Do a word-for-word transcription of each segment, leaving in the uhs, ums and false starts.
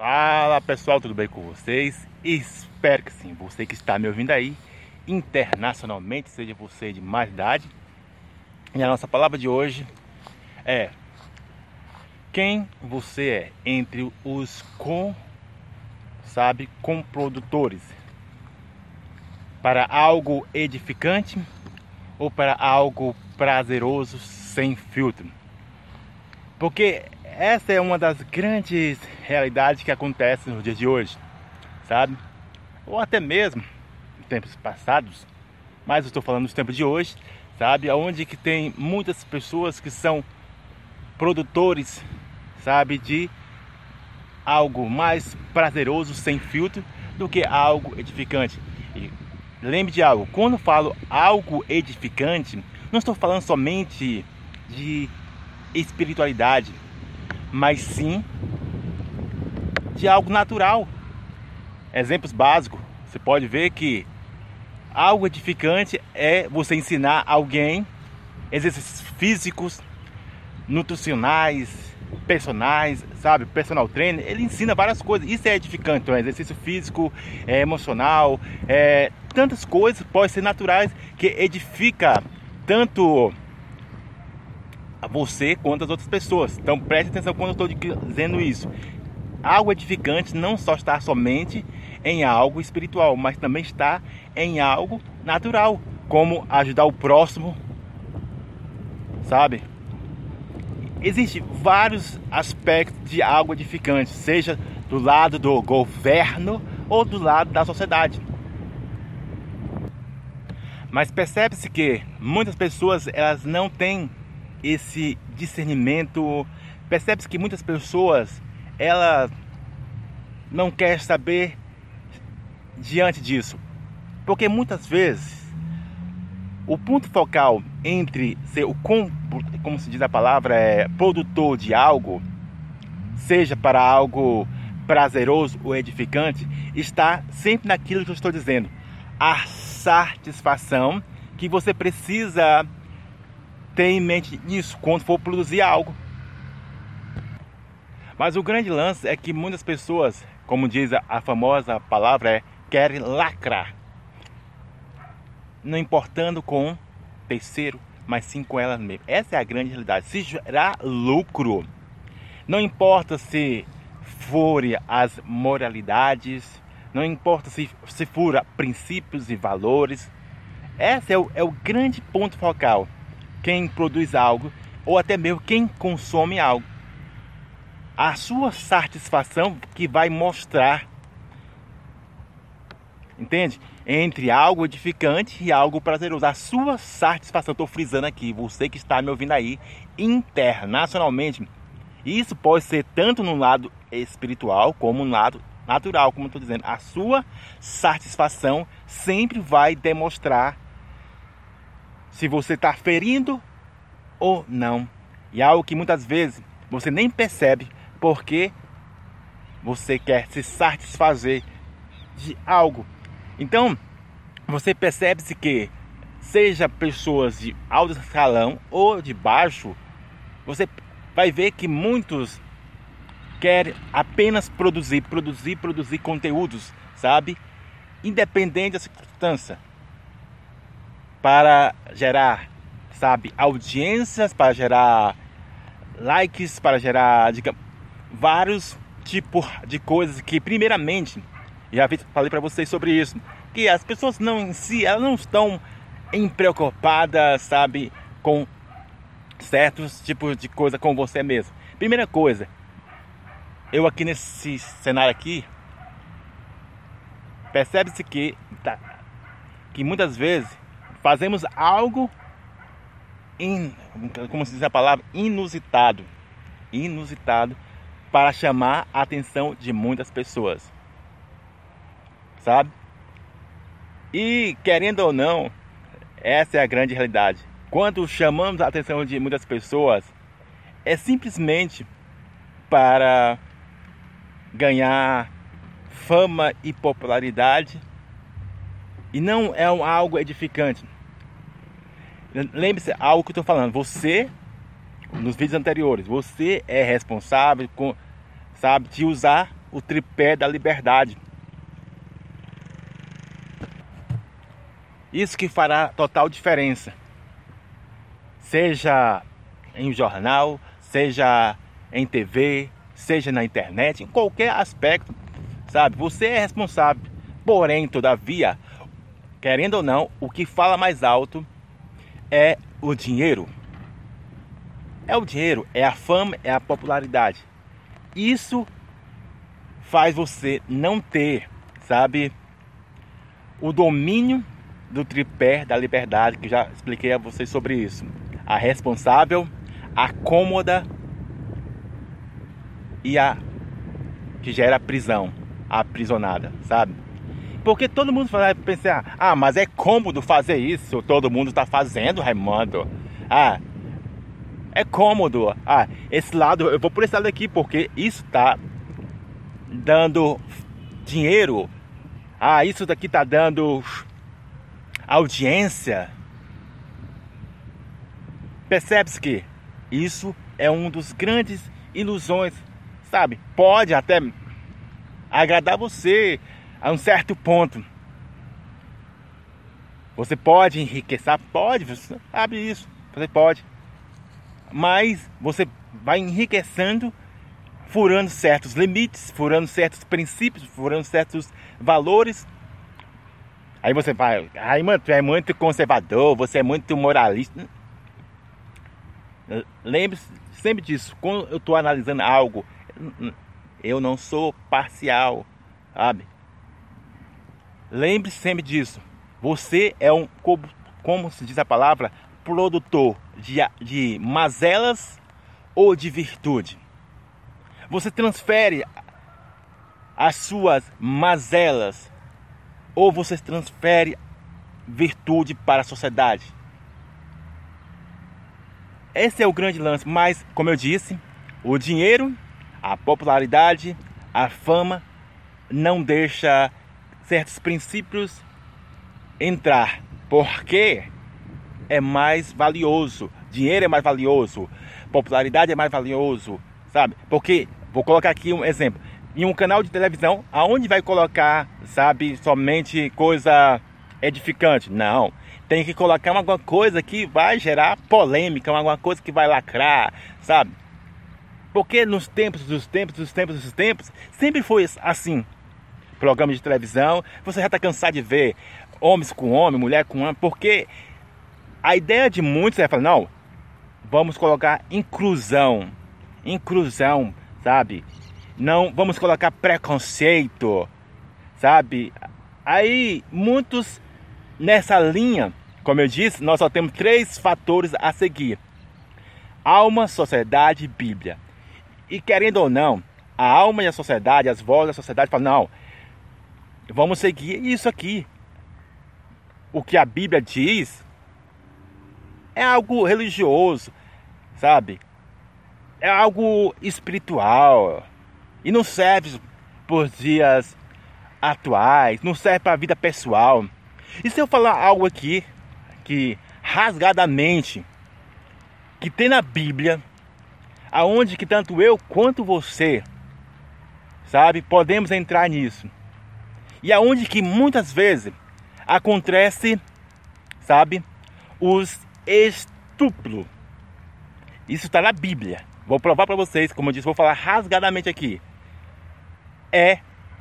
Fala pessoal, tudo bem com vocês? Espero que sim, você que está me ouvindo aí internacionalmente, seja você de mais idade. E a nossa palavra de hoje é: quem você é entre os com, sabe, comprodutores para algo edificante ou para algo prazeroso sem filtro? Porque essa é uma das grandes realidades que acontecem nos dias de hoje, sabe? Ou até mesmo em tempos passados, mas eu estou falando dos tempos de hoje, sabe? Onde que tem muitas pessoas que são produtores, sabe, de algo mais prazeroso sem filtro do que algo edificante. E lembre de algo, quando eu falo algo edificante, não estou falando somente de espiritualidade, mas sim de algo natural. Exemplos básicos, você pode ver que algo edificante é você ensinar alguém exercícios físicos, nutricionais, personais, sabe, personal trainer, ele ensina várias coisas, isso é edificante. Então, exercício físico, é, emocional, é, tantas coisas podem ser naturais que edifica tanto a você quanto as outras pessoas. Então preste atenção quando eu estou dizendo isso. Algo edificante não só está somente em algo espiritual, mas também está em algo natural, como ajudar o próximo, sabe? Existem vários aspectos de algo edificante, seja do lado do governo ou do lado da sociedade. Mas percebe-se que muitas pessoas elas não têm esse discernimento. Percebe-se que muitas pessoas elas não querem saber diante disso, porque muitas vezes o ponto focal entre ser o como se diz a palavra é produtor de algo, seja para algo prazeroso ou edificante, está sempre naquilo que eu estou dizendo, a satisfação que você precisa ter em mente nisso quando for produzir algo. Mas o grande lance é que muitas pessoas, como diz a famosa palavra, é querem lacrar, não importando com terceiro, mas sim com elas mesmas. Essa é a grande realidade. Se gerar lucro, não importa se fure as moralidades, não importa se, se fura princípios e valores. Esse é o, é o grande ponto focal. Quem produz algo, ou até mesmo quem consome algo, a sua satisfação que vai mostrar, entende? Entre algo edificante e algo prazeroso. A sua satisfação, estou frisando aqui, você que está me ouvindo aí internacionalmente, isso pode ser tanto no lado espiritual como no lado natural, como eu estou dizendo. A sua satisfação sempre vai demonstrar se você está ferindo ou não. E é algo que muitas vezes você nem percebe, porque você quer se satisfazer de algo. Então, você percebe-se que, seja pessoas de alto escalão ou de baixo, você vai ver que muitos querem apenas produzir, produzir, produzir conteúdos, sabe? Independente da circunstância, para gerar, sabe, audiências, para gerar likes, para gerar, digamos, vários tipos de coisas que, primeiramente, já falei para vocês sobre isso, que as pessoas não em si, elas não estão preocupadas, sabe, com certos tipos de coisa com você mesmo. Primeira coisa, eu aqui nesse cenário aqui, percebe-se que, tá, que muitas vezes fazemos algo, in, como se diz a palavra, inusitado, inusitado, para chamar a atenção de muitas pessoas, sabe? E querendo ou não, essa é a grande realidade. Quando chamamos a atenção de muitas pessoas, é simplesmente para ganhar fama e popularidade, e não é um, algo edificante. Lembre-se algo que eu estou falando. Você, nos vídeos anteriores, você é responsável com, sabe, de usar o tripé da liberdade. Isso que fará total diferença. Seja em jornal, seja em T V, seja na internet, em qualquer aspecto, sabe? Você é responsável. Porém, todavia, querendo ou não, o que fala mais alto é o dinheiro. É o dinheiro, é a fama, é a popularidade. Isso faz você não ter, sabe, o domínio do tripé da liberdade, que já expliquei a vocês sobre isso. A responsável, a cômoda e a que gera prisão, a aprisionada, sabe? Porque todo mundo vai pensar, ah, mas é cômodo fazer isso, todo mundo está fazendo, Raimundo. Ah, é cômodo. Ah, esse lado, eu vou por esse lado aqui, porque isso está dando dinheiro. Ah, isso daqui está dando audiência. Percebe-se que isso é um dos grandes ilusões, sabe? Pode até agradar você a um certo ponto. Você pode enriquecer, pode, você sabe isso, você pode. Mas você vai enriquecendo, furando certos limites, furando certos princípios, furando certos valores. Aí você vai, ai, mano, tu é muito conservador, você é muito moralista. Lembre-se sempre disso. Quando eu estou analisando algo, eu não sou parcial, sabe? Lembre-se sempre disso. Você é um, como, como se diz a palavra, produtor de, de mazelas ou de virtude. Você transfere as suas mazelas ou você transfere virtude para a sociedade. Esse é o grande lance. Mas, como eu disse, o dinheiro, a popularidade, a fama não deixa certos princípios entrar, porque é mais valioso, dinheiro é mais valioso, popularidade é mais valioso, sabe? Porque, vou colocar aqui um exemplo, em um canal de televisão, aonde vai colocar, sabe, somente coisa edificante? Não, tem que colocar alguma coisa que vai gerar polêmica, alguma coisa que vai lacrar, sabe? Porque nos tempos dos tempos, dos tempos dos tempos, sempre foi assim. Programa de televisão, você já está cansado de ver homens com homem, mulher com homem, porque a ideia de muitos é falar, não, vamos colocar inclusão, inclusão, sabe? Não, vamos colocar preconceito, sabe? Aí, muitos nessa linha, como eu disse, nós só temos três fatores a seguir: alma, sociedade e Bíblia. E querendo ou não, a alma e a sociedade, as vozes da sociedade falam, não, vamos seguir isso aqui. O que a Bíblia diz é algo religioso, sabe? É algo espiritual. E não serve para os dias atuais, não serve para a vida pessoal. E se eu falar algo aqui, que rasgadamente, que tem na Bíblia, aonde que tanto eu quanto você, sabe, podemos entrar nisso. E aonde que muitas vezes acontece, sabe, os estupros. Isso está na Bíblia. Vou provar para vocês, como eu disse, vou falar rasgadamente aqui. É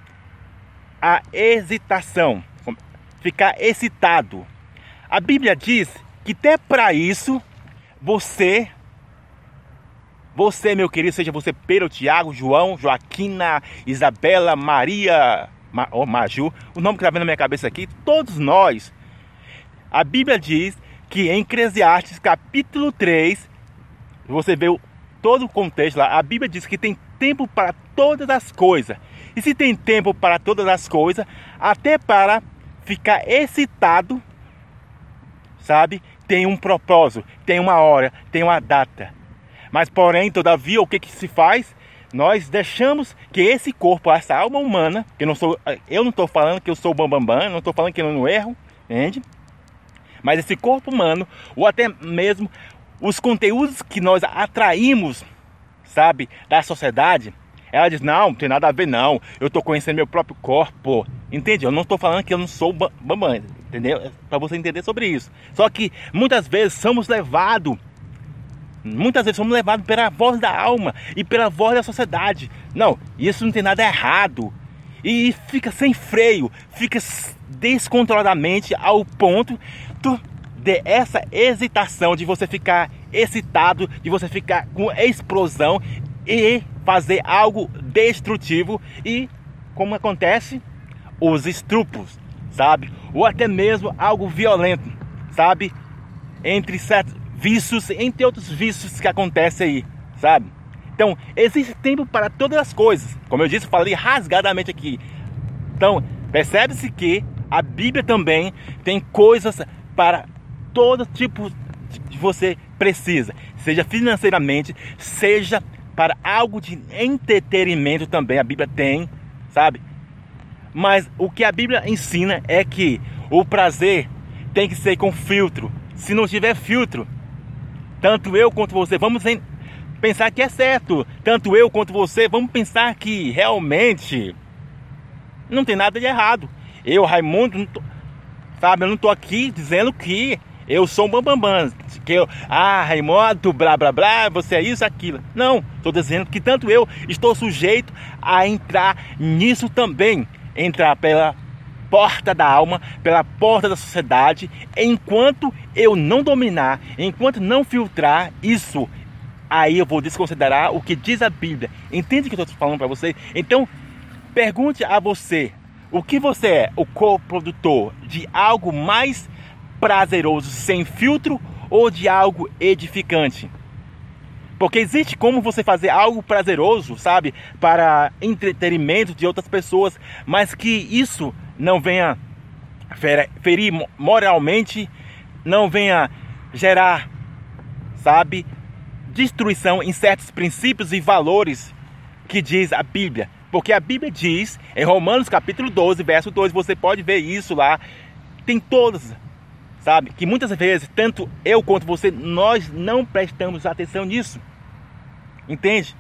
a hesitação, ficar excitado. A Bíblia diz que até para isso, você, você, meu querido, seja você Pedro, Tiago, João, Joaquina, Isabela, Maria, Ma, oh, Maju, o nome que está vendo na minha cabeça aqui, todos nós, a Bíblia diz que em Eclesiastes capítulo três, você vê o, todo o contexto lá, a Bíblia diz que tem tempo para todas as coisas. E se tem tempo para todas as coisas, até para ficar excitado, sabe? Tem um propósito, tem uma hora, tem uma data. Mas porém, todavia, o que, que se faz? Nós deixamos que esse corpo, essa alma humana, que eu não sou, eu não estou falando que eu sou o bambambam, não estou falando que eu não erro, entende? Mas esse corpo humano, ou até mesmo os conteúdos que nós atraímos, sabe, da sociedade, Ela diz, não, não tem nada a ver não, eu estou conhecendo meu próprio corpo. Entende? Eu não estou falando que eu não sou bambam, entendeu? Para você entender sobre isso. Só que muitas vezes somos levados, muitas vezes somos levados pela voz da alma e pela voz da sociedade. Não, isso não tem nada errado. E fica sem freio, fica descontroladamente ao ponto de essa hesitação, de você ficar excitado, de você ficar com explosão e fazer algo destrutivo. E como acontece, os estrupos, sabe? Ou até mesmo algo violento, sabe? Entre certos vícios, entre outros vícios que acontecem aí, sabe? Então, existe tempo para todas as coisas. Como eu disse, eu falei rasgadamente aqui. Então, percebe-se que a Bíblia também tem coisas para todo tipo que você precisa. Seja financeiramente, seja para algo de entretenimento também. A Bíblia tem, sabe? Mas o que a Bíblia ensina é que o prazer tem que ser com filtro. Se não tiver filtro, tanto eu quanto você vamos pensar que é certo. Tanto eu quanto você vamos pensar que realmente não tem nada de errado. Eu, Raimundo, não tô, sabe, eu não estou aqui dizendo que eu sou um bambambam, que eu, ah, Raimundo, blá blá blá, você é isso, aquilo. Não, estou dizendo que tanto eu estou sujeito a entrar nisso também. Entrar pela porta da alma, pela porta da sociedade, enquanto eu não dominar, enquanto não filtrar isso, aí eu vou desconsiderar o que diz a Bíblia. Entende o que eu estou falando para você? Então, pergunte a você, o que você é, o coprodutor de algo mais prazeroso sem filtro ou de algo edificante? Porque existe como você fazer algo prazeroso, sabe, para entretenimento de outras pessoas, mas que isso não venha ferir moralmente, não venha gerar, sabe, destruição em certos princípios e valores que diz a Bíblia. Porque a Bíblia diz, em Romanos capítulo doze, verso dois, você pode ver isso lá, tem todas, sabe, que muitas vezes, tanto eu quanto você, nós não prestamos atenção nisso. Entende?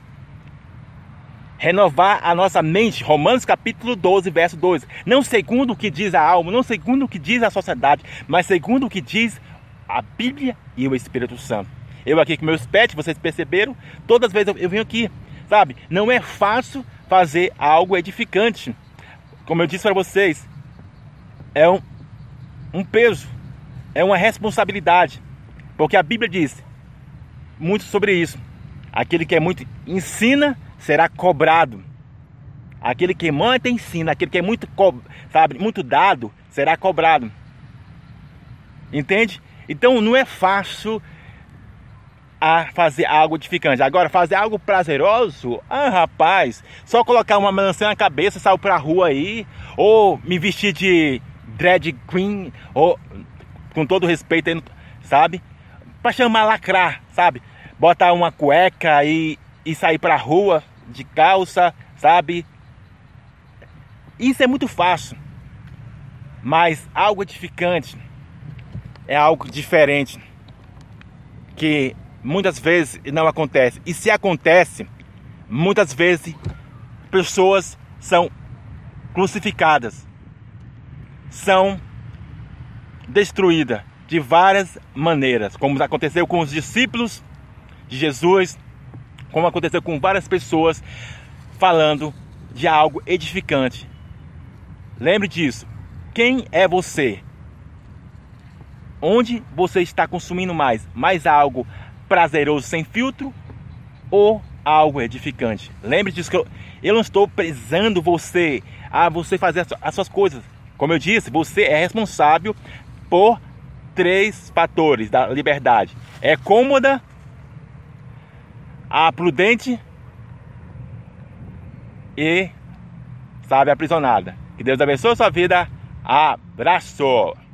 Renovar a nossa mente, Romanos capítulo doze, verso dois. Não segundo o que diz a alma, não segundo o que diz a sociedade, mas segundo o que diz a Bíblia e o Espírito Santo. Eu aqui com meus pets, vocês perceberam? Todas as vezes eu, eu venho aqui, sabe? Não é fácil fazer algo edificante. Como eu disse para vocês, é um, um peso, é uma responsabilidade. Porque a Bíblia diz muito sobre isso. Aquele que é muito ensina, será cobrado. Aquele que manda ensina, aquele que é muito, sabe, muito dado, será cobrado. Entende? Então não é fácil a fazer algo edificante. Agora, fazer algo prazeroso, ah, rapaz, só colocar uma melancia na cabeça, sair pra rua aí, ou me vestir de drag queen, ou com todo respeito aí, sabe? Pra chamar lacrar, sabe? Botar uma cueca e, e sair pra rua de calça, sabe? Isso é muito fácil. Mas algo edificante é algo diferente, que muitas vezes não acontece. E se acontece, muitas vezes pessoas são crucificadas, são destruídas de várias maneiras, como aconteceu com os discípulos de Jesus, como aconteceu com várias pessoas, falando de algo edificante. Lembre disso. Quem é você? Onde você está consumindo mais? Mais algo prazeroso sem filtro ou algo edificante? Lembre disso, que eu, eu não estou prezando você a você fazer as suas coisas. Como eu disse, você é responsável por três fatores da liberdade. É cômoda, a prudente e, sabe, aprisionada. Que Deus abençoe a sua vida. Abraço!